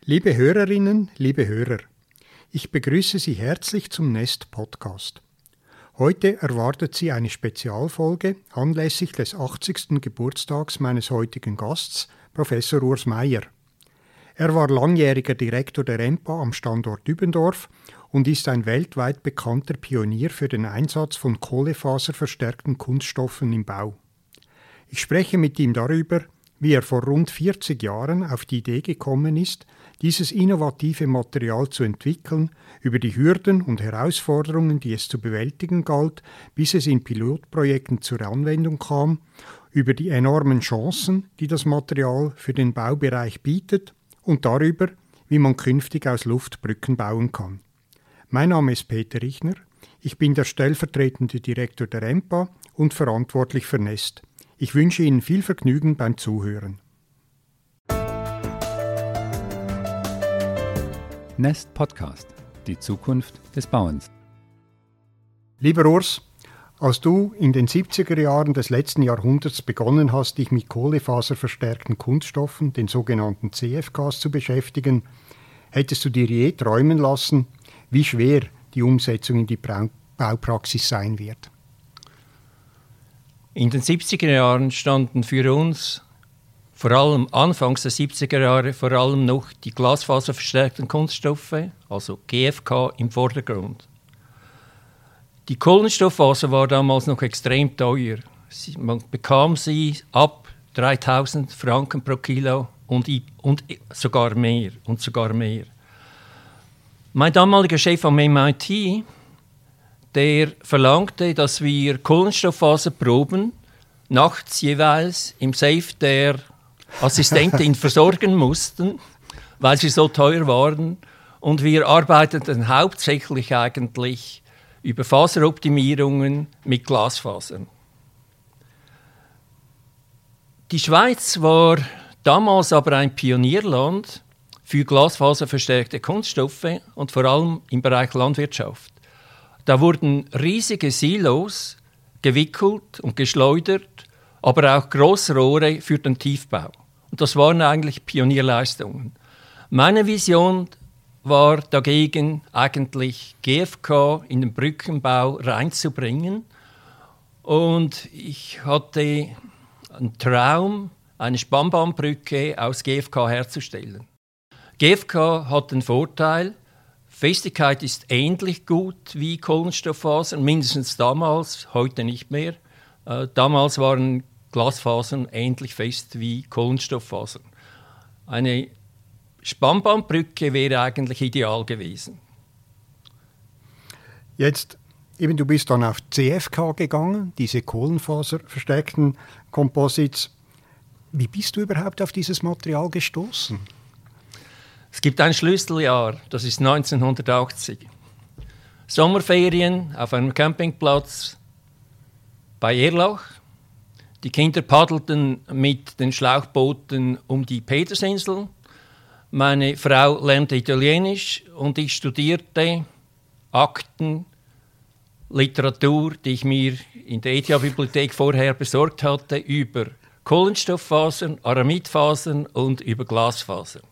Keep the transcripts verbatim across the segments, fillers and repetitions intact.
Liebe Hörerinnen, liebe Hörer, ich begrüße Sie herzlich zum Nest Podcast. Heute erwartet Sie eine Spezialfolge anlässlich des achtzigsten Geburtstags meines heutigen Gasts, Professor Urs Meier. Er war langjähriger Direktor der EMPA am Standort Dübendorf und ist ein weltweit bekannter Pionier für den Einsatz von kohlefaserverstärkten Kunststoffen im Bau. Ich spreche mit ihm darüber, wie er vor rund vierzig Jahren auf die Idee gekommen ist, dieses innovative Material zu entwickeln, über die Hürden und Herausforderungen, die es zu bewältigen galt, bis es in Pilotprojekten zur Anwendung kam, über die enormen Chancen, die das Material für den Baubereich bietet und darüber, wie man künftig aus Luft Brücken bauen kann. Mein Name ist Peter Richner, ich bin der stellvertretende Direktor der EMPA und verantwortlich für Nest. Ich wünsche Ihnen viel Vergnügen beim Zuhören. Nest Podcast, die Zukunft des Bauens. Lieber Urs, als du in den siebziger Jahren des letzten Jahrhunderts begonnen hast, dich mit kohlefaserverstärkten Kunststoffen, den sogenannten C F Ks, zu beschäftigen, hättest du dir je träumen lassen, wie schwer die Umsetzung in die Baupraxis sein wird? In den siebziger Jahren standen für uns, vor allem anfangs der siebziger Jahre, vor allem noch die glasfaserverstärkten Kunststoffe, also G F K, im Vordergrund. Die Kohlenstofffaser war damals noch extrem teuer. Sie, man bekam sie ab dreitausend Franken pro Kilo und, und sogar mehr und sogar mehr. Mein damaliger Chef am M I T, der verlangte, dass wir Kohlenstofffaserproben nachts jeweils im Safe der Assistentin versorgen mussten, weil sie so teuer waren. Und wir arbeiteten hauptsächlich eigentlich über Faseroptimierungen mit Glasfasern. Die Schweiz war damals aber ein Pionierland für glasfaserverstärkte Kunststoffe und vor allem im Bereich Landwirtschaft. Da wurden riesige Silos gewickelt und geschleudert, aber auch Grossrohre für den Tiefbau. Und das waren eigentlich Pionierleistungen. Meine Vision war dagegen eigentlich G F K in den Brückenbau reinzubringen. Und ich hatte einen Traum, eine Spannbahnbrücke aus G F K herzustellen. G F K hat den Vorteil, Festigkeit ist ähnlich gut wie Kohlenstofffasern, mindestens damals, heute nicht mehr. Äh, damals waren Glasfasern ähnlich fest wie Kohlenstofffasern. Eine Spannbahnbrücke wäre eigentlich ideal gewesen. Jetzt, eben du bist dann auf C F K gegangen, diese kohlenfaserverstärkten Composites. Wie bist du überhaupt auf dieses Material gestoßen? Es gibt ein Schlüsseljahr, das ist neunzehnhundertachtzig. Sommerferien auf einem Campingplatz bei Erlach. Die Kinder paddelten mit den Schlauchbooten um die Petersinsel. Meine Frau lernte Italienisch und ich studierte Akten, Literatur, die ich mir in der E T H-Bibliothek vorher besorgt hatte, über Kohlenstofffasern, Aramidfasern und über Glasfasern.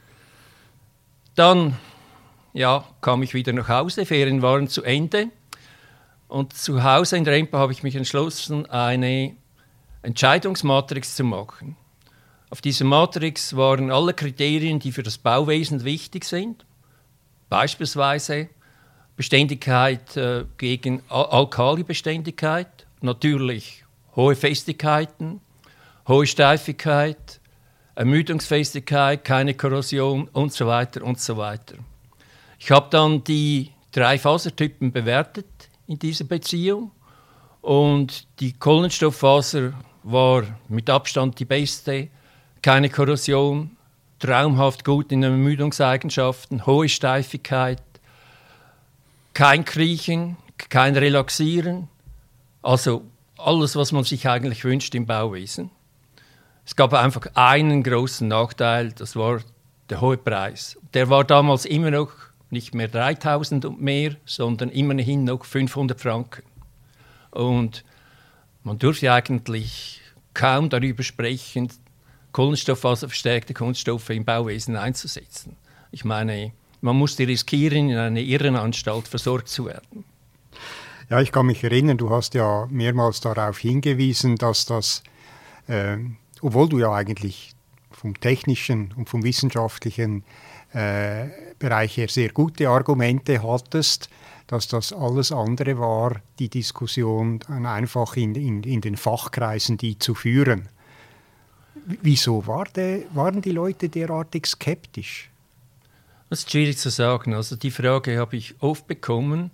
Dann ja, kam ich wieder nach Hause, Ferien waren zu Ende. Und zu Hause in der EMPA habe ich mich entschlossen, eine Entscheidungsmatrix zu machen. Auf dieser Matrix waren alle Kriterien, die für das Bauwesen wichtig sind. Beispielsweise Beständigkeit äh, gegen Al- Alkalibeständigkeit, natürlich hohe Festigkeiten, hohe Steifigkeit, Ermüdungsfestigkeit, keine Korrosion und so weiter und so weiter. Ich habe dann die drei Fasertypen bewertet in dieser Beziehung und die Kohlenstofffaser war mit Abstand die beste, keine Korrosion, traumhaft gut in Ermüdungseigenschaften, hohe Steifigkeit, kein Kriechen, kein Relaxieren, also alles, was man sich eigentlich wünscht im Bauwesen. Es gab einfach einen großen Nachteil, das war der hohe Preis. Der war damals immer noch nicht mehr dreitausend und mehr, sondern immerhin noch fünfhundert Franken. Und man durfte eigentlich kaum darüber sprechen, kohlenstofffaserverstärkte Kunststoffe im Bauwesen einzusetzen. Ich meine, man musste riskieren, in einer Irrenanstalt versorgt zu werden. Ja, ich kann mich erinnern, du hast ja mehrmals darauf hingewiesen, dass das, äh, obwohl du ja eigentlich vom technischen und vom wissenschaftlichen äh, Bereich her sehr gute Argumente hattest, dass das alles andere war, die Diskussion einfach in, in, in den Fachkreisen, die zu führen. Wieso war de, waren die Leute derartig skeptisch? Das ist schwierig zu sagen. Also die Frage habe ich oft bekommen.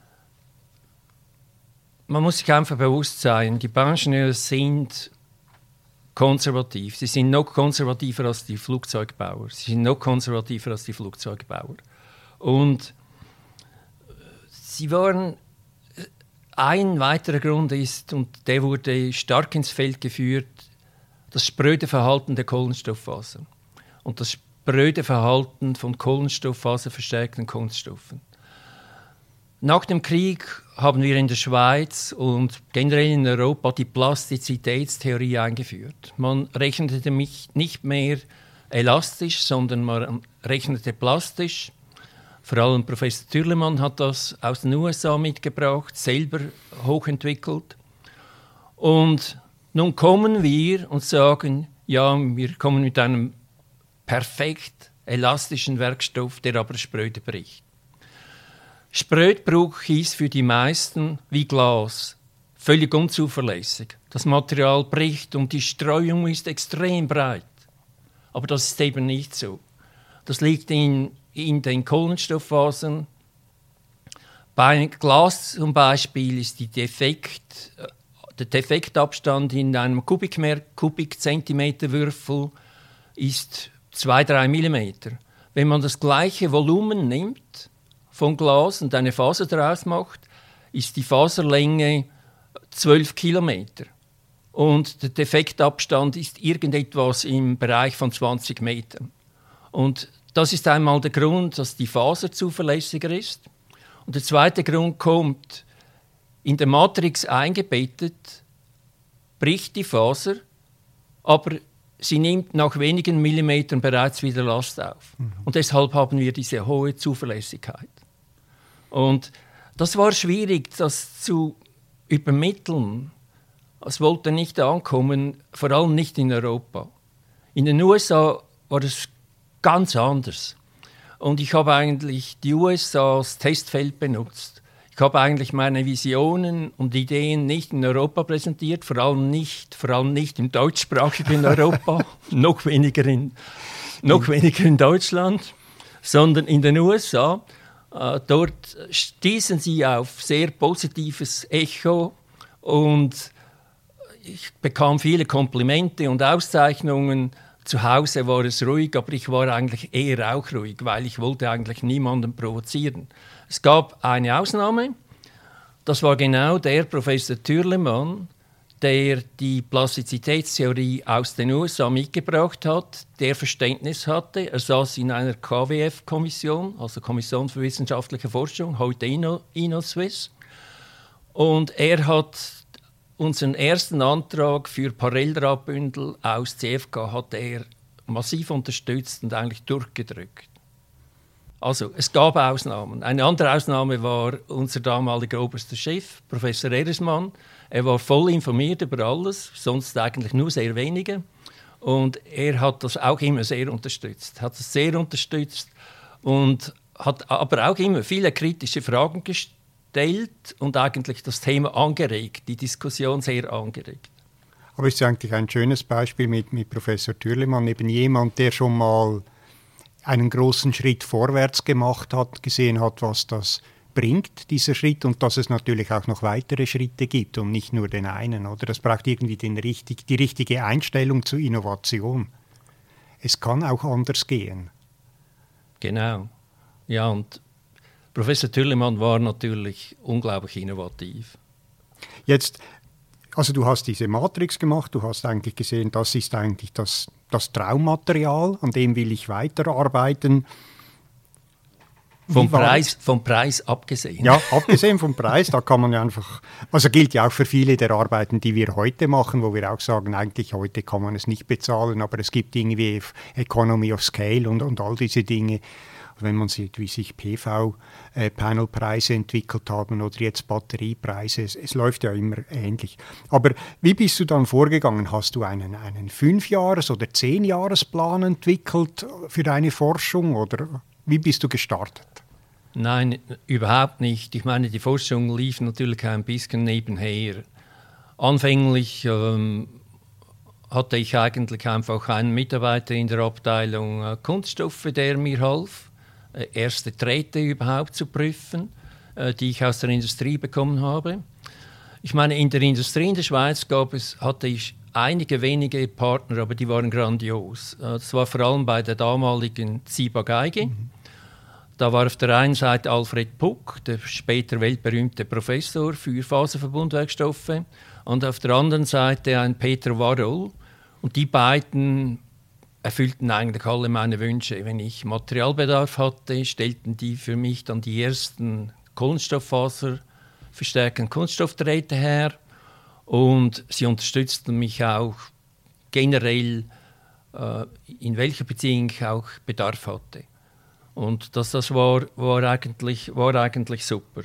Man muss sich einfach bewusst sein, die Bauingenieure sind konservativ. Sie sind noch konservativer als die Flugzeugbauer. Sie sind noch konservativer als die Flugzeugbauer. Und sie waren, ein weiterer Grund ist, und der wurde stark ins Feld geführt, das spröde Verhalten der Kohlenstofffaser und das spröde Verhalten von kohlenstofffaserverstärkten Kunststoffen. Nach dem Krieg haben wir in der Schweiz und generell in Europa die Plastizitätstheorie eingeführt. Man rechnete mich nicht mehr elastisch, sondern man rechnete plastisch. Vor allem Professor Türlemann hat das aus den U S A mitgebracht, selber hochentwickelt. Und nun kommen wir und sagen, ja, wir kommen mit einem perfekt elastischen Werkstoff, der aber spröde bricht. Sprödbruch hieß für die meisten wie Glas, völlig unzuverlässig. Das Material bricht und die Streuung ist extrem breit. Aber das ist eben nicht so. Das liegt in, in den Kohlenstofffasern. Bei Glas zum Beispiel ist die Defekt, der Defektabstand in einem Kubikmer, Kubikzentimeterwürfel ist zwei bis drei Millimeter. Wenn man das gleiche Volumen nimmt von Glas und eine Faser daraus macht, ist die Faserlänge zwölf Kilometer. Und der Defektabstand ist irgendetwas im Bereich von zwanzig Metern. Und das ist einmal der Grund, dass die Faser zuverlässiger ist. Und der zweite Grund kommt, in der Matrix eingebettet, bricht die Faser, aber sie nimmt nach wenigen Millimetern bereits wieder Last auf. Mhm. Und deshalb haben wir diese hohe Zuverlässigkeit. Und das war schwierig, das zu übermitteln. Es wollte nicht ankommen, vor allem nicht in Europa. In den U S A war es ganz anders. Und ich habe eigentlich die U S A als Testfeld benutzt. Ich habe eigentlich meine Visionen und Ideen nicht in Europa präsentiert, vor allem nicht, vor allem nicht im deutschsprachigen Europa, noch weniger in, noch weniger in Deutschland, sondern in den U S A. Äh, dort stießen sie auf sehr positives Echo und ich bekam viele Komplimente und Auszeichnungen. Zu Hause war es ruhig, aber ich war eigentlich eher auch ruhig, weil ich wollte eigentlich niemanden provozieren. Es gab eine Ausnahme, das war genau der Professor Türlemann, der die Plastizitätstheorie aus den U S A mitgebracht hat, der Verständnis hatte. Er saß in einer K W F-Kommission, also Kommission für wissenschaftliche Forschung, heute InnoSwiss. Und er hat unseren ersten Antrag für Paralleldrahtbündel aus C F K hat er massiv unterstützt und eigentlich durchgedrückt. Also, es gab Ausnahmen. Eine andere Ausnahme war unser damaliger oberster Chef, Professor Eresmann. Er war voll informiert über alles, sonst eigentlich nur sehr wenige. Und er hat das auch immer sehr unterstützt. Hat es sehr unterstützt und hat aber auch immer viele kritische Fragen gestellt und eigentlich das Thema angeregt, die Diskussion sehr angeregt. Aber es ist eigentlich ein schönes Beispiel mit, mit Professor Türlemann, eben jemand, der schon mal einen großen Schritt vorwärts gemacht hat, gesehen hat, was das bringt, dieser Schritt, und dass es natürlich auch noch weitere Schritte gibt und nicht nur den einen. Oder das braucht irgendwie den richtig, die richtige Einstellung zur Innovation. Es kann auch anders gehen. Genau. Ja, und Professor Türlemann war natürlich unglaublich innovativ. Jetzt, also du hast diese Matrix gemacht, du hast eigentlich gesehen, das ist eigentlich das, das Traummaterial, an dem will ich weiterarbeiten. Vom Preis, vom Preis abgesehen. Ja, abgesehen vom Preis, da kann man ja einfach, also gilt ja auch für viele der Arbeiten, die wir heute machen, wo wir auch sagen, eigentlich heute kann man es nicht bezahlen, aber es gibt Dinge wie Economy of Scale und, und all diese Dinge. Wenn man sieht, wie sich P V-Panelpreise entwickelt haben oder jetzt Batteriepreise, es, es läuft ja immer ähnlich. Aber wie bist du dann vorgegangen? Hast du einen, einen Fünfjahres- oder Zehnjahresplan entwickelt für deine Forschung oder wie bist du gestartet? Nein, überhaupt nicht. Ich meine, die Forschung lief natürlich ein bisschen nebenher. Anfänglich ähm, hatte ich eigentlich einfach einen Mitarbeiter in der Abteilung äh, Kunststoffe, der mir half, erste Drähte überhaupt zu prüfen, äh, die ich aus der Industrie bekommen habe. Ich meine, in der Industrie in der Schweiz gab es, hatte ich einige wenige Partner, aber die waren grandios. Äh, das war vor allem bei der damaligen Ziba Geige. Mhm. Da war auf der einen Seite Alfred Puck, der später weltberühmte Professor für Faserverbundwerkstoffe, und auf der anderen Seite ein Peter Warol. Und die beiden erfüllten eigentlich alle meine Wünsche. Wenn ich Materialbedarf hatte, stellten die für mich dann die ersten Kohlenstofffaserverstärkten Kunststoffdrähte her und sie unterstützten mich auch generell, äh, in welcher Beziehung ich auch Bedarf hatte. Und das, das war, war, eigentlich, war eigentlich super.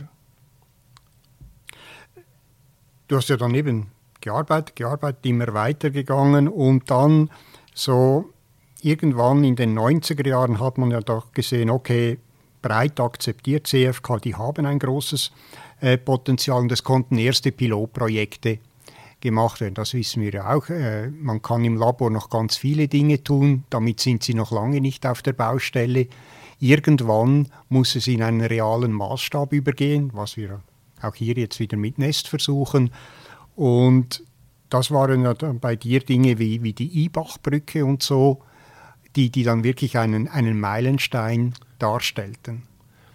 Du hast ja dann eben gearbeitet, gearbeitet, immer weitergegangen und dann so irgendwann in den neunziger Jahren hat man ja doch gesehen, okay, breit akzeptiert, C F K, die haben ein großes äh, Potenzial und es konnten erste Pilotprojekte gemacht werden. Das wissen wir ja auch. Äh, man kann im Labor noch ganz viele Dinge tun, damit sind sie noch lange nicht auf der Baustelle. Irgendwann muss es in einen realen Maßstab übergehen, was wir auch hier jetzt wieder mit Nest versuchen. Und das waren ja dann bei dir Dinge wie, wie die Ibach-Brücke und so, die, die dann wirklich einen, einen Meilenstein darstellten.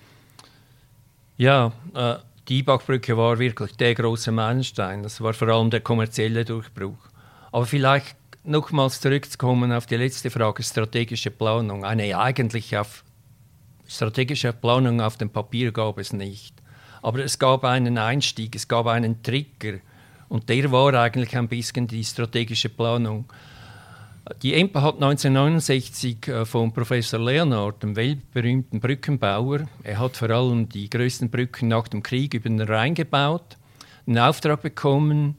Ja, äh, die Ibach-Brücke war wirklich der große Meilenstein. Das war vor allem der kommerzielle Durchbruch. Aber vielleicht nochmals zurückzukommen auf die letzte Frage, strategische Planung. Eine eigentliche auf, strategische Planung auf dem Papier gab es nicht. Aber es gab einen Einstieg, es gab einen Trigger. Und der war eigentlich ein bisschen die strategische Planung. Die E M P A hat neunzehnhundertneunundsechzig äh, von Professor Leonhard, dem weltberühmten Brückenbauer, er hat vor allem die größten Brücken nach dem Krieg über den Rhein gebaut, einen Auftrag bekommen,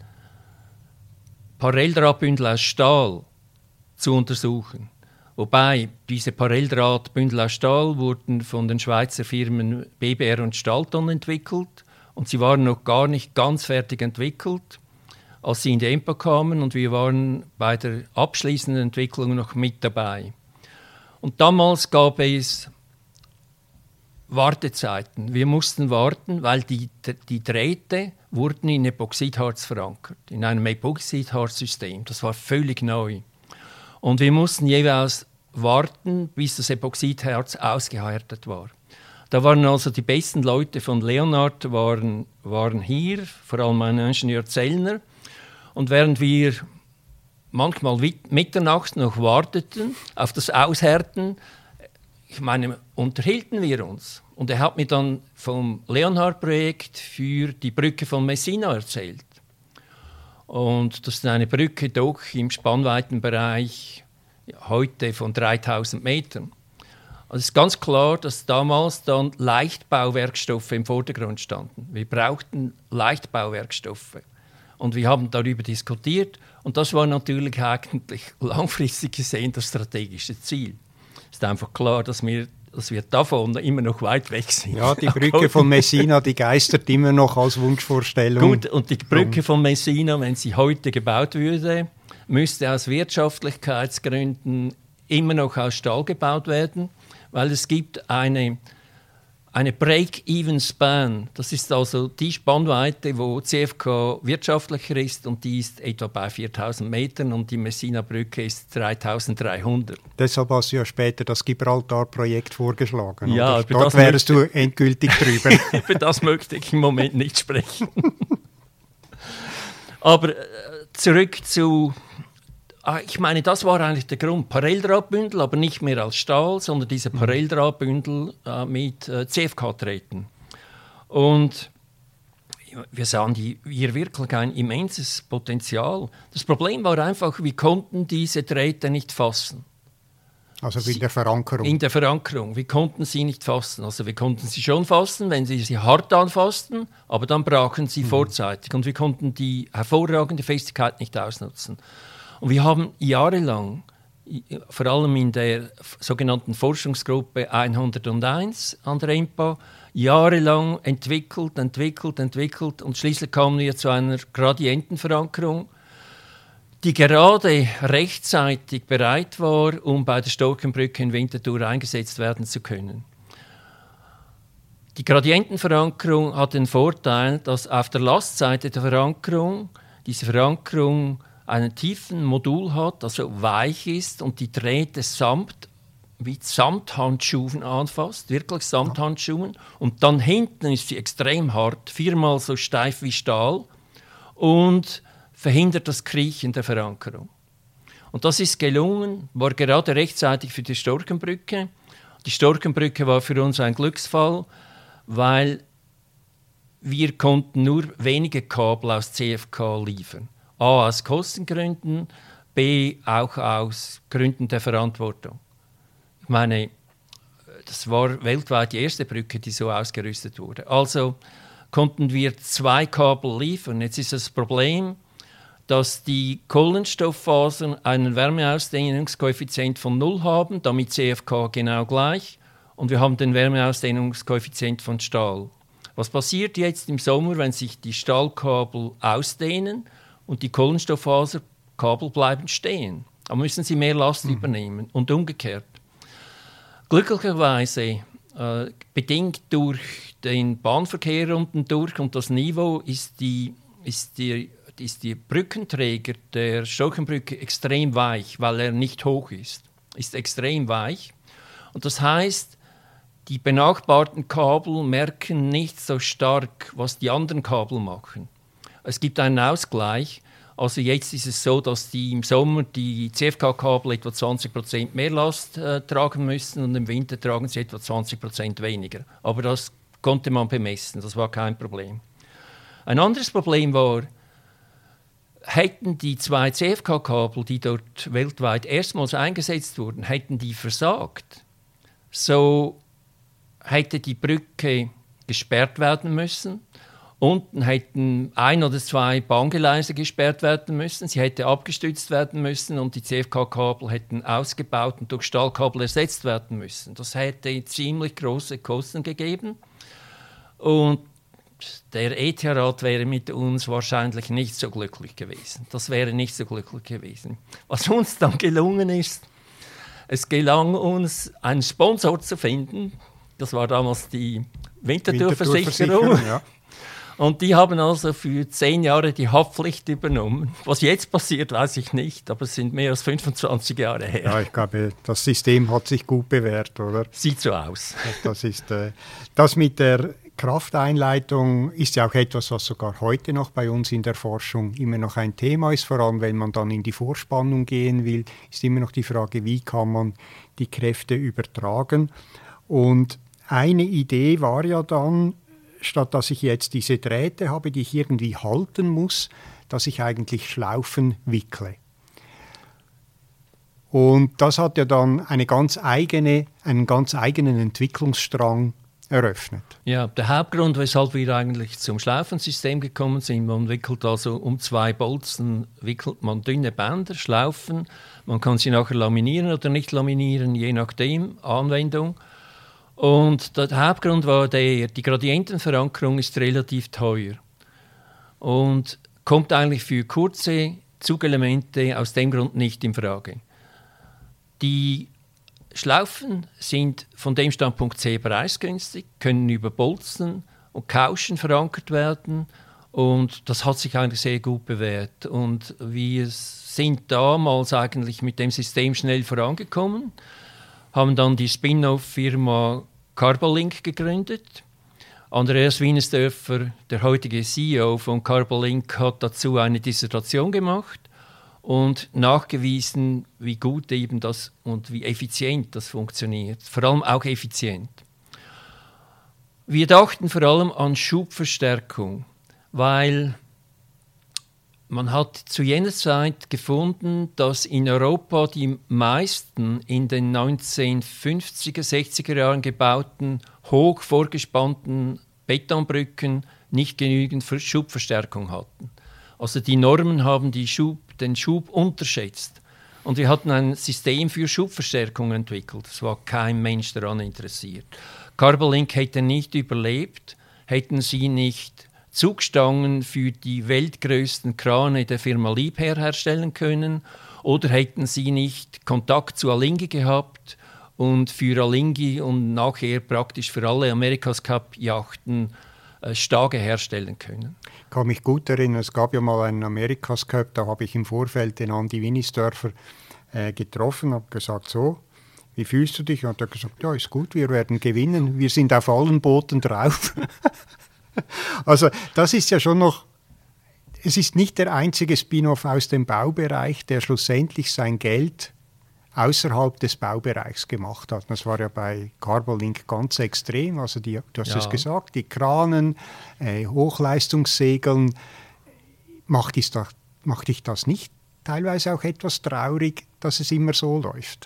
Paralleldrahtbündel aus Stahl zu untersuchen. Wobei diese Paralleldrahtbündel aus Stahl wurden von den Schweizer Firmen B B R und Stahlton entwickelt und sie waren noch gar nicht ganz fertig entwickelt, als sie in die E M P A kamen, und wir waren bei der abschließenden Entwicklung noch mit dabei. Und damals gab es Wartezeiten. Wir mussten warten, weil die, die Drähte wurden in Epoxidharz verankert, in einem Epoxidharzsystem. Das war völlig neu. Und wir mussten jeweils warten, bis das Epoxidharz ausgehärtet war. Da waren also die besten Leute von Leonhard waren, waren hier, vor allem mein Ingenieur Zellner. Und während wir manchmal Mitternacht noch warteten auf das Aushärten, ich meine, unterhielten wir uns. Und er hat mir dann vom Leonhard-Projekt für die Brücke von Messina erzählt. Und das ist eine Brücke doch im Spannweitenbereich ja, heute von dreitausend Metern. Also es ist ganz klar, dass damals dann Leichtbauwerkstoffe im Vordergrund standen. Wir brauchten Leichtbauwerkstoffe. Und wir haben darüber diskutiert. Und das war natürlich eigentlich langfristig gesehen das strategische Ziel. Es ist einfach klar, dass wir, dass wir davon immer noch weit weg sind. Ja, die Brücke von Messina, die geistert immer noch als Wunschvorstellung. Gut, und die Brücke von Messina, wenn sie heute gebaut würde, müsste aus Wirtschaftlichkeitsgründen immer noch aus Stahl gebaut werden, weil es gibt eine... Eine Break-Even-Span, das ist also die Spannweite, wo C F K wirtschaftlicher ist, und die ist etwa bei viertausend Metern und die Messina-Brücke ist dreitausenddreihundert. Deshalb hast du ja später das Gibraltar-Projekt vorgeschlagen. Ja, über dort wärst du endgültig drüber. Über das möchte ich im Moment nicht sprechen. Aber äh, zurück zu Ich meine, das war eigentlich der Grund. Paralleldrahtbündel, aber nicht mehr als Stahl, sondern diese Paralleldrahtbündel äh, mit äh, C F K-Drähten. Und wir sahen die, hier wirklich ein immenses Potenzial. Das Problem war einfach, wir konnten diese Drähte nicht fassen. Also in der Verankerung? In der Verankerung. Wir konnten sie nicht fassen. Also wir konnten sie schon fassen, wenn sie sie hart anfassten, aber dann brachen sie mhm. vorzeitig. Und wir konnten die hervorragende Festigkeit nicht ausnutzen. Und wir haben jahrelang, vor allem in der sogenannten Forschungsgruppe hunderteins an der E M P A, jahrelang entwickelt, entwickelt, entwickelt und schließlich kamen wir zu einer Gradientenverankerung, die gerade rechtzeitig bereit war, um bei der Storkenbrücke in Winterthur eingesetzt werden zu können. Die Gradientenverankerung hat den Vorteil, dass auf der Lastseite der Verankerung diese Verankerung einen tiefen Modul hat, also weich ist und die Drähte samt, wie Samthandschuhen anfasst, wirklich Samthandschuhen. Und dann hinten ist sie extrem hart, viermal so steif wie Stahl und verhindert das Kriechen der Verankerung. Und das ist gelungen, war gerade rechtzeitig für die Storkenbrücke. Die Storkenbrücke war für uns ein Glücksfall, weil wir konnten nur wenige Kabel aus C F K liefern. A, aus Kostengründen, B, auch aus Gründen der Verantwortung. Ich meine, das war weltweit die erste Brücke, die so ausgerüstet wurde. Also konnten wir zwei Kabel liefern. Jetzt ist das Problem, dass die Kohlenstofffasern einen Wärmeausdehnungskoeffizient von null haben, damit C F K genau gleich. Und wir haben den Wärmeausdehnungskoeffizient von Stahl. Was passiert jetzt im Sommer, wenn sich die Stahlkabel ausdehnen und die Kohlenstofffaserkabel bleiben stehen? Da müssen sie mehr Last mhm. übernehmen und umgekehrt. Glücklicherweise, äh, bedingt durch den Bahnverkehr unten durch und das Niveau, ist die, ist die, ist die Brückenträger der Storkenbrücke extrem weich, weil er nicht hoch ist. Ist extrem weich. Und das heißt, die benachbarten Kabel merken nicht so stark, was die anderen Kabel machen. Es gibt einen Ausgleich. Also jetzt ist es so, dass die im Sommer die C F K-Kabel etwa zwanzig Prozent mehr Last äh, tragen müssen und im Winter tragen sie etwa zwanzig Prozent weniger. Aber das konnte man bemessen, das war kein Problem. Ein anderes Problem war, hätten die zwei C F K-Kabel, die dort weltweit erstmals eingesetzt wurden, hätten die versagt, so hätte die Brücke gesperrt werden müssen. Unten hätten ein oder zwei Bahngeleise gesperrt werden müssen, sie hätte abgestützt werden müssen und die C F K-Kabel hätten ausgebaut und durch Stahlkabel ersetzt werden müssen. Das hätte ziemlich große Kosten gegeben. Und der E T H-Rat wäre mit uns wahrscheinlich nicht so glücklich gewesen. Das wäre nicht so glücklich gewesen. Was uns dann gelungen ist, es gelang uns, einen Sponsor zu finden. Das war damals die Winterthur-Versicherung. Ja. Und die haben also für zehn Jahre die Haftpflicht übernommen. Was jetzt passiert, weiß ich nicht, aber es sind mehr als fünfundzwanzig Jahre her. Ja, ich glaube, das System hat sich gut bewährt, oder? Sieht so aus. Das ist äh, das mit der Krafteinleitung ist ja auch etwas, was sogar heute noch bei uns in der Forschung immer noch ein Thema ist. Vor allem, wenn man dann in die Vorspannung gehen will, ist immer noch die Frage, wie kann man die Kräfte übertragen. Und eine Idee war ja dann, statt dass ich jetzt diese Drähte habe, die ich irgendwie halten muss, dass ich eigentlich Schlaufen wickle. Und das hat ja dann eine ganz eigene, einen ganz eigenen Entwicklungsstrang eröffnet. Ja, der Hauptgrund, weshalb wir eigentlich zum Schlaufensystem gekommen sind, man wickelt also um zwei Bolzen, wickelt man dünne Bänder, Schlaufen, man kann sie nachher laminieren oder nicht laminieren, je nachdem, Anwendung. Und der Hauptgrund war der, die Gradientenverankerung ist relativ teuer und kommt eigentlich für kurze Zugelemente aus dem Grund nicht in Frage. Die Schlaufen sind von dem Standpunkt sehr preisgünstig, können über Bolzen und Kauschen verankert werden und das hat sich eigentlich sehr gut bewährt. Und wir sind damals eigentlich mit dem System schnell vorangekommen, haben dann die Spin-off-Firma Carbolink gegründet. Andreas Wienesdörfer, der heutige C E O von Carbolink, hat dazu eine Dissertation gemacht. und nachgewiesen, wie gut eben das und wie effizient das funktioniert. Vor allem auch effizient. Wir dachten vor allem an Schubverstärkung, weil man hat zu jener Zeit gefunden, dass in Europa die meisten in den neunzehnhundertfünfziger, sechziger Jahren gebauten, hoch vorgespannten Betonbrücken nicht genügend Schubverstärkung hatten. Also die Normen haben die Schub, den Schub unterschätzt. Und wir hatten ein System für Schubverstärkung entwickelt. Es war kein Mensch daran interessiert. Carbolink hätte nicht überlebt, hätten sie nicht Zugstangen für die weltgrößten Krane der Firma Liebherr herstellen können oder hätten sie nicht Kontakt zu Alinghi gehabt und für Alinghi und nachher praktisch für alle America's Cup Yachten äh, Stage herstellen können. Ich kann mich gut erinnern, es gab ja mal einen America's Cup, da habe ich im Vorfeld den Andi Winnisdörfer äh, getroffen, habe gesagt, so, wie fühlst du dich? Und er hat gesagt, ja, ist gut, wir werden gewinnen, wir sind auf allen Booten drauf. Also das ist ja schon noch, es ist nicht der einzige Spin-off aus dem Baubereich, der schlussendlich sein Geld außerhalb des Baubereichs gemacht hat. Das war ja bei Carbolink ganz extrem. Also die, du hast ja. es gesagt, die Kranen, äh, Hochleistungssegeln. Macht dich, das, macht dich das nicht teilweise auch etwas traurig, dass es immer so läuft?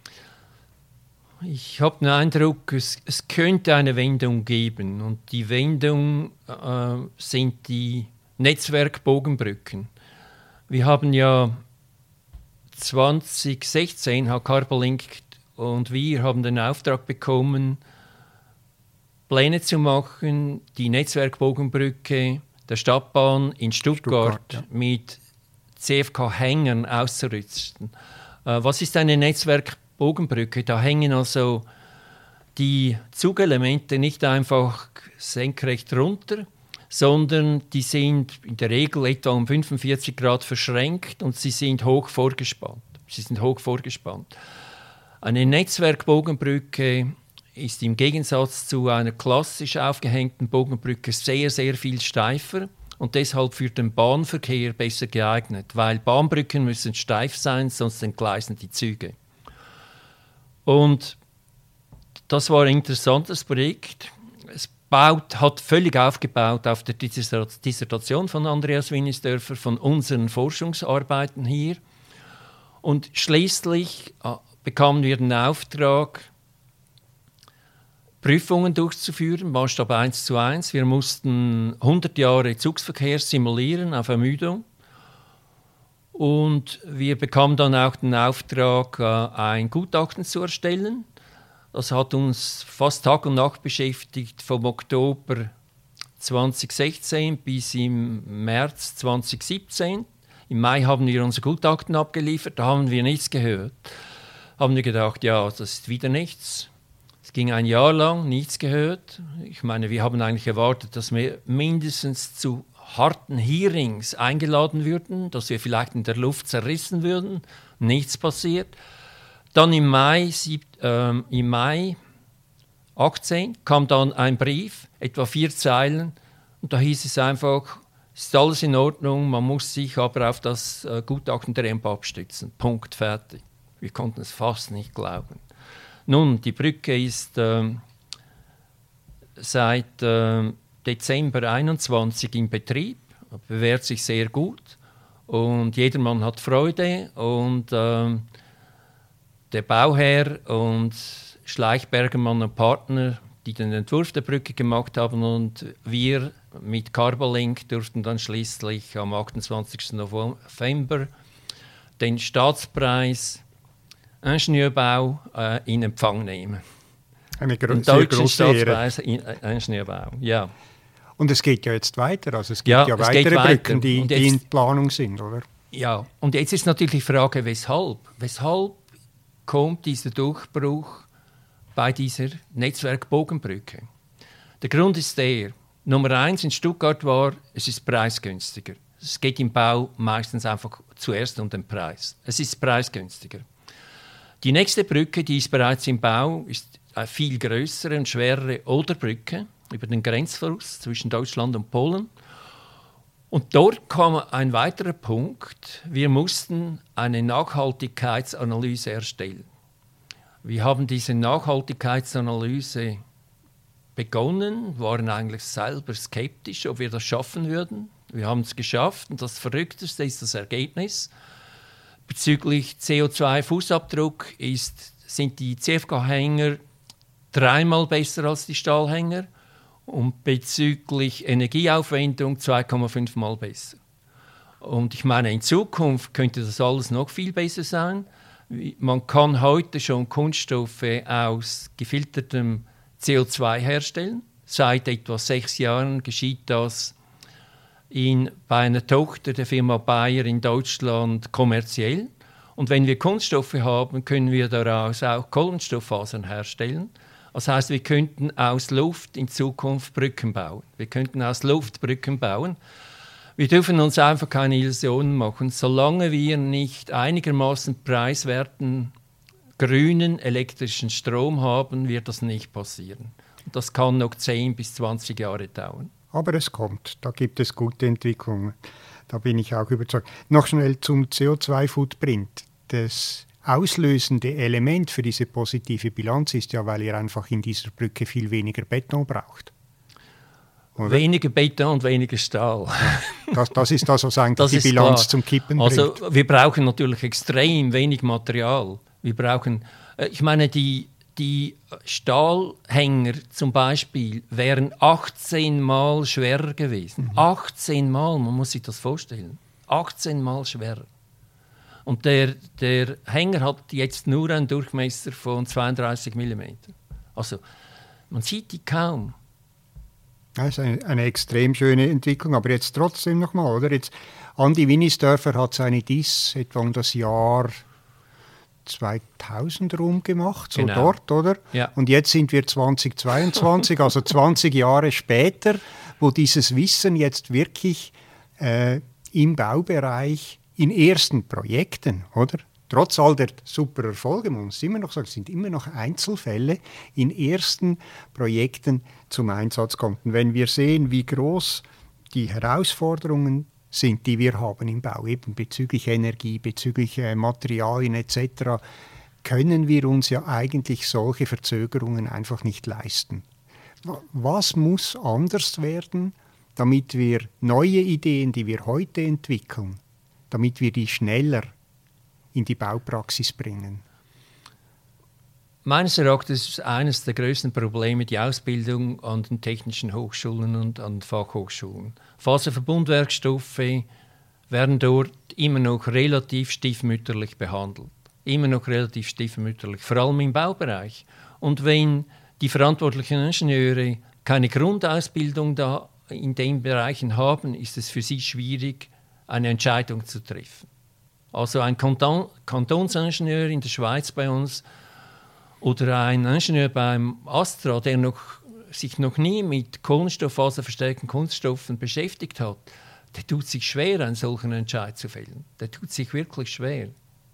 Ich habe den Eindruck, es, es könnte eine Wendung geben. Und die Wendung äh, sind die Netzwerkbogenbrücken. Wir haben ja zwanzig sechzehn, hat Carbolink und wir haben den Auftrag bekommen, Pläne zu machen, die Netzwerkbogenbrücke der Stadtbahn in Stuttgart, Stuttgart ja. mit C F K-Hängern auszurüsten. Äh, was ist eine Netzwerkbogenbrücke? Bogenbrücke, da hängen also die Zugelemente nicht einfach senkrecht runter, sondern die sind in der Regel etwa um fünfundvierzig Grad verschränkt und sie sind hoch vorgespannt. Sie sind hoch vorgespannt. Eine Netzwerkbogenbrücke ist im Gegensatz zu einer klassisch aufgehängten Bogenbrücke sehr, sehr viel steifer und deshalb für den Bahnverkehr besser geeignet, weil Bahnbrücken müssen steif sein, sonst entgleisen die Züge. Und das war ein interessantes Projekt. Es baut, hat völlig aufgebaut auf der Dissertation von Andreas Winnisdörfer, von unseren Forschungsarbeiten hier. Und schließlich äh, bekamen wir den Auftrag, Prüfungen durchzuführen, Maßstab eins zu eins. Wir mussten hundert Jahre Zugsverkehr simulieren auf Ermüdung. Und wir bekamen dann auch den Auftrag, ein Gutachten zu erstellen. Das hat uns fast Tag und Nacht beschäftigt, vom Oktober zwanzig sechzehn bis im März zwanzig siebzehn. Im Mai haben wir unser Gutachten abgeliefert, da haben wir nichts gehört. Haben wir gedacht, ja, das ist wieder nichts. Es ging ein Jahr lang, nichts gehört. Ich meine, wir haben eigentlich erwartet, dass wir mindestens zu harten Hearings eingeladen würden, dass wir vielleicht in der Luft zerrissen würden. Nichts passiert. Dann im Mai, sieb, äh, im Mai achtzehn kam dann ein Brief, etwa vier Zeilen, und da hieß es einfach, es ist alles in Ordnung, man muss sich aber auf das äh, Gutachten der E M P A abstützen. Punkt, fertig. Wir konnten es fast nicht glauben. Nun, die Brücke ist äh, seit äh, Dezember einundzwanzig in Betrieb, bewährt sich sehr gut und jedermann hat Freude und äh, der Bauherr und Schleichbergermann und Partner, die den Entwurf der Brücke gemacht haben und wir mit Carbolink durften dann schließlich am achtundzwanzigsten November den Staatspreis Ingenieurbau äh, in Empfang nehmen. Eine gro- den sehr deutschen große Ehre. Staatspreis in äh, Ingenieurbau, ja. Und es geht ja jetzt weiter, also es gibt ja, ja es weitere weiter. Brücken, die, jetzt, die in Planung sind, oder? Ja, und jetzt ist natürlich die Frage, weshalb? Weshalb kommt dieser Durchbruch bei dieser Netzwerkbogenbrücke? Der Grund ist der, Nummer eins in Stuttgart war, es ist preisgünstiger. Es geht im Bau meistens einfach zuerst um den Preis. Es ist preisgünstiger. Die nächste Brücke, die ist bereits im Bau, ist eine viel größere und schwerere Oderbrücke über den Grenzfluss zwischen Deutschland und Polen. Und dort kam ein weiterer Punkt. Wir mussten eine Nachhaltigkeitsanalyse erstellen. Wir haben diese Nachhaltigkeitsanalyse begonnen, waren eigentlich selber skeptisch, ob wir das schaffen würden. Wir haben es geschafft und das Verrückteste ist das Ergebnis. Bezüglich C O zwei Fußabdruck ist, sind die C F K-Hänger dreimal besser als die Stahlhänger und bezüglich Energieaufwendung zwei Komma fünf Mal besser. Und ich meine, in Zukunft könnte das alles noch viel besser sein. Man kann heute schon Kunststoffe aus gefiltertem C O zwei herstellen. Seit etwa sechs Jahren geschieht das in, bei einer Tochter der Firma Bayer in Deutschland kommerziell. Und wenn wir Kunststoffe haben, können wir daraus auch Kohlenstofffasern herstellen. Das heißt, wir könnten aus Luft in Zukunft Brücken bauen. Wir könnten aus Luft Brücken bauen. Wir dürfen uns einfach keine Illusionen machen. Solange wir nicht einigermaßen preiswerten grünen elektrischen Strom haben, wird das nicht passieren. Und das kann noch zehn bis zwanzig Jahre dauern. Aber es kommt, da gibt es gute Entwicklungen. Da bin ich auch überzeugt. Noch schnell zum C O zwei Footprint. Das auslösende Element für diese positive Bilanz ist ja, weil ihr einfach in dieser Brücke viel weniger Beton braucht. Oder? Weniger Beton und weniger Stahl. Ja, das, das ist das, was eigentlich das die Bilanz klar. zum Kippen also, bringt. Also wir brauchen natürlich extrem wenig Material. Wir brauchen, ich meine, die, die Stahlhänger zum Beispiel wären achtzehn Mal schwerer gewesen. Mhm. achtzehn Mal, man muss sich das vorstellen. achtzehn Mal schwerer. Und der, der Hänger hat jetzt nur einen Durchmesser von zweiunddreißig Millimeter. Also man sieht die kaum. Das ist eine, eine extrem schöne Entwicklung, aber jetzt trotzdem nochmal, oder? Jetzt, Andi Winnisdörfer hat seine D I S etwa um das Jahr zweitausend rum gemacht, so genau. Dort, oder? Ja. Und jetzt sind wir zweitausendzweiundzwanzig, also zwanzig Jahre später, wo dieses Wissen jetzt wirklich äh, im Baubereich in ersten Projekten, oder? Trotz all der super Erfolge, man muss immer noch sagen, es sind immer noch Einzelfälle, in ersten Projekten zum Einsatz kommt. Und wenn wir sehen, wie groß die Herausforderungen sind, die wir haben im Bau, eben bezüglich Energie, bezüglich äh, Materialien et cetera, können wir uns ja eigentlich solche Verzögerungen einfach nicht leisten. Was muss anders werden, damit wir neue Ideen, die wir heute entwickeln, damit wir die schneller in die Baupraxis bringen? Meines Erachtens ist eines der größten Probleme die Ausbildung an den technischen Hochschulen und an Fachhochschulen. Faserverbundwerkstoffe werden dort immer noch relativ stiefmütterlich behandelt. Immer noch relativ stiefmütterlich, vor allem im Baubereich. Und wenn die verantwortlichen Ingenieure keine Grundausbildung da in den Bereichen haben, ist es für sie schwierig, eine Entscheidung zu treffen. Also ein Kanton, Kantonsingenieur in der Schweiz bei uns oder ein Ingenieur beim Astra, der noch, sich noch nie mit kohlenstofffaserverstärkten Kunststoffen beschäftigt hat, der tut sich schwer, einen solchen Entscheid zu fällen. Der tut sich wirklich schwer.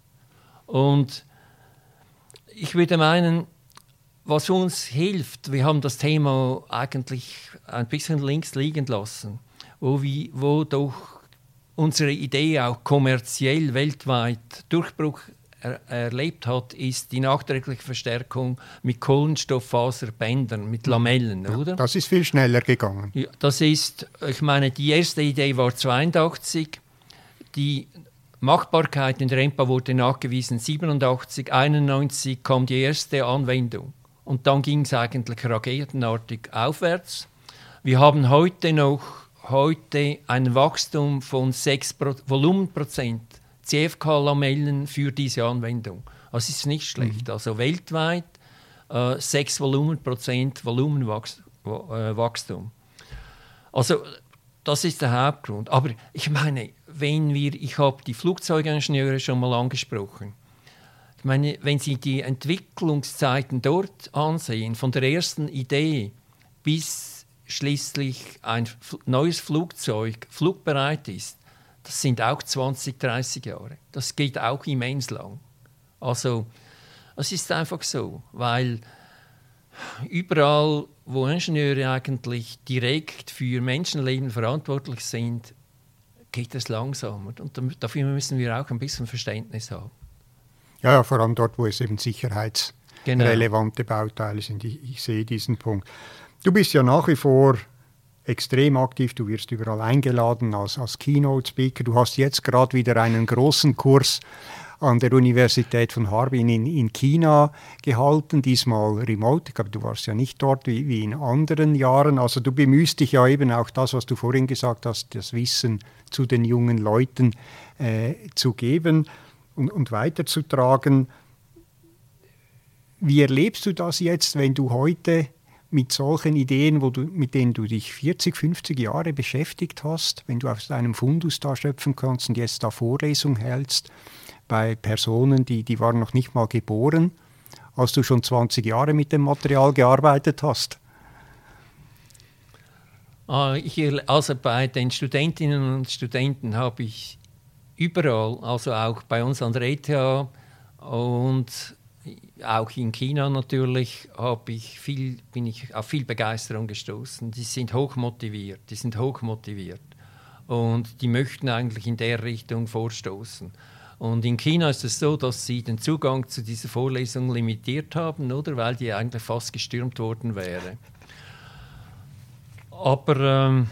Und ich würde meinen, was uns hilft, wir haben das Thema eigentlich ein bisschen links liegen lassen, wo, wir, wo doch unsere Idee auch kommerziell weltweit Durchbruch er, erlebt hat, ist die nachträgliche Verstärkung mit Kohlenstofffaserbändern, mit Lamellen, ja, oder? Das ist viel schneller gegangen. Ja, das ist, ich meine, die erste Idee war zweiundachtzig, die Machbarkeit in der E M P A wurde nachgewiesen siebenundachtzig, einundneunzig kam die erste Anwendung und dann ging es eigentlich raketenartig aufwärts. Wir haben heute noch heute ein Wachstum von sechs Volumenprozent C F K-Lamellen für diese Anwendung. Das ist nicht schlecht. Mhm. Also weltweit äh, sechs Volumenprozent Volumenwachstum. Also das ist der Hauptgrund. Aber ich meine, wenn wir, ich habe die Flugzeugingenieure schon mal angesprochen. Ich meine, wenn Sie die Entwicklungszeiten dort ansehen, von der ersten Idee bis schließlich ein neues Flugzeug flugbereit ist, das sind auch zwanzig, dreißig Jahre. Das geht auch immens lang. Also, es ist einfach so, weil überall, wo Ingenieure eigentlich direkt für Menschenleben verantwortlich sind, geht es langsamer. Und dafür müssen wir auch ein bisschen Verständnis haben. Ja, ja, vor allem dort, wo es eben sicherheitsrelevante genau. Bauteile sind. Ich, ich sehe diesen Punkt. Du bist ja nach wie vor extrem aktiv, du wirst überall eingeladen als, als Keynote-Speaker. Du hast jetzt gerade wieder einen großen Kurs an der Universität von Harbin in, in China gehalten, diesmal remote. Ich glaube, du warst ja nicht dort wie, wie in anderen Jahren. Also du bemühst dich ja eben auch das, was du vorhin gesagt hast, das Wissen zu den jungen Leuten äh, zu geben und, und weiterzutragen. Wie erlebst du das jetzt, wenn du heute mit solchen Ideen, wo du, mit denen du dich vierzig, fünfzig Jahre beschäftigt hast, wenn du aus deinem Fundus da schöpfen kannst und jetzt da Vorlesung hältst, bei Personen, die, die waren noch nicht mal geboren, als du schon zwanzig Jahre mit dem Material gearbeitet hast? Also bei den Studentinnen und Studenten habe ich überall, also auch bei uns an der E T H und auch in China natürlich, habe ich viel, bin ich auf viel Begeisterung gestoßen. Die sind hochmotiviert, die sind hochmotiviert und die möchten eigentlich in der Richtung vorstoßen. Und in China ist es so, dass sie den Zugang zu dieser Vorlesung limitiert haben, oder? Weil die eigentlich fast gestürmt worden wäre. Aber ähm,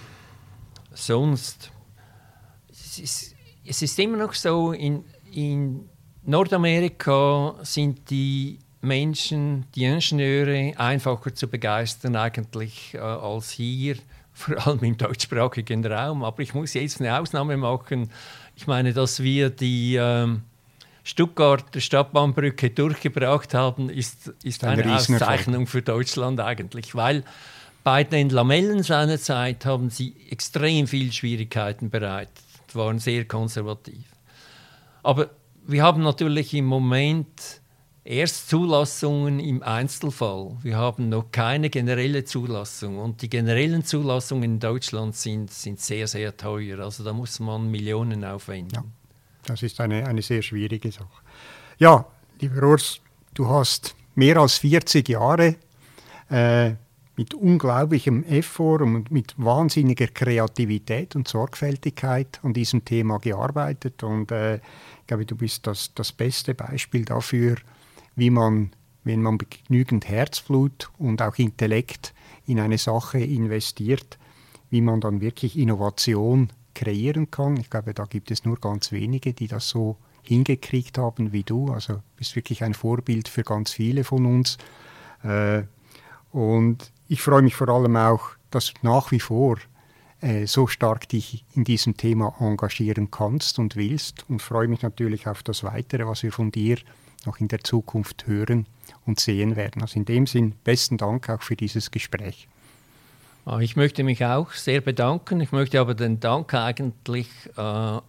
sonst, es ist, es ist immer noch so, in, in Nordamerika sind die Menschen, die Ingenieure, einfacher zu begeistern eigentlich äh, als hier, vor allem im deutschsprachigen Raum. Aber ich muss jetzt eine Ausnahme machen. Ich meine, dass wir die ähm, Stuttgarter Stadtbahnbrücke durchgebracht haben, ist, ist eine, eine Auszeichnung für Deutschland eigentlich. Weil bei den Lamellen seinerzeit haben sie extrem viele Schwierigkeiten bereitet, waren sehr konservativ. Aber wir haben natürlich im Moment erst Zulassungen im Einzelfall. Wir haben noch keine generelle Zulassung. Und die generellen Zulassungen in Deutschland sind, sind sehr, sehr teuer. Also da muss man Millionen aufwenden. Ja, das ist eine, eine sehr schwierige Sache. Ja, lieber Urs, du hast mehr als vierzig Jahre äh, mit unglaublichem Effort und mit wahnsinniger Kreativität und Sorgfältigkeit an diesem Thema gearbeitet. Und äh, ich glaube, du bist das, das beste Beispiel dafür, wie man, wenn man genügend Herzblut und auch Intellekt in eine Sache investiert, wie man dann wirklich Innovation kreieren kann. Ich glaube, da gibt es nur ganz wenige, die das so hingekriegt haben wie du. Also du bist wirklich ein Vorbild für ganz viele von uns. Äh, und ich freue mich vor allem auch, dass du nach wie vor äh, so stark dich in diesem Thema engagieren kannst und willst, und freue mich natürlich auf das Weitere, was wir von dir noch in der Zukunft hören und sehen werden. Also in dem Sinn, besten Dank auch für dieses Gespräch. Ich möchte mich auch sehr bedanken. Ich möchte aber den Dank eigentlich äh,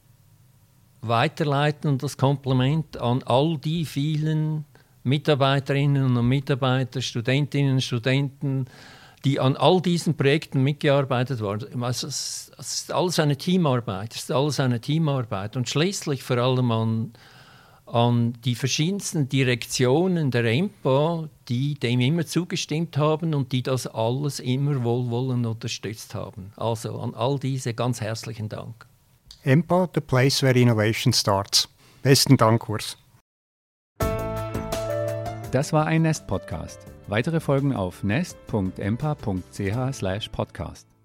weiterleiten und das Kompliment an all die vielen Mitarbeiterinnen und Mitarbeiter, Studentinnen und Studenten, die an all diesen Projekten mitgearbeitet haben. Also es ist alles eine Teamarbeit. Es ist alles eine Teamarbeit. Und schließlich vor allem an an die verschiedensten Direktionen der E M P A, die dem immer zugestimmt haben und die das alles immer wohlwollend unterstützt haben. Also an all diese ganz herzlichen Dank. E M P A, the place where innovation starts. Besten Dank, Urs. Das war ein Nest-Podcast. Weitere Folgen auf nest punkt empa punkt c h slash podcast.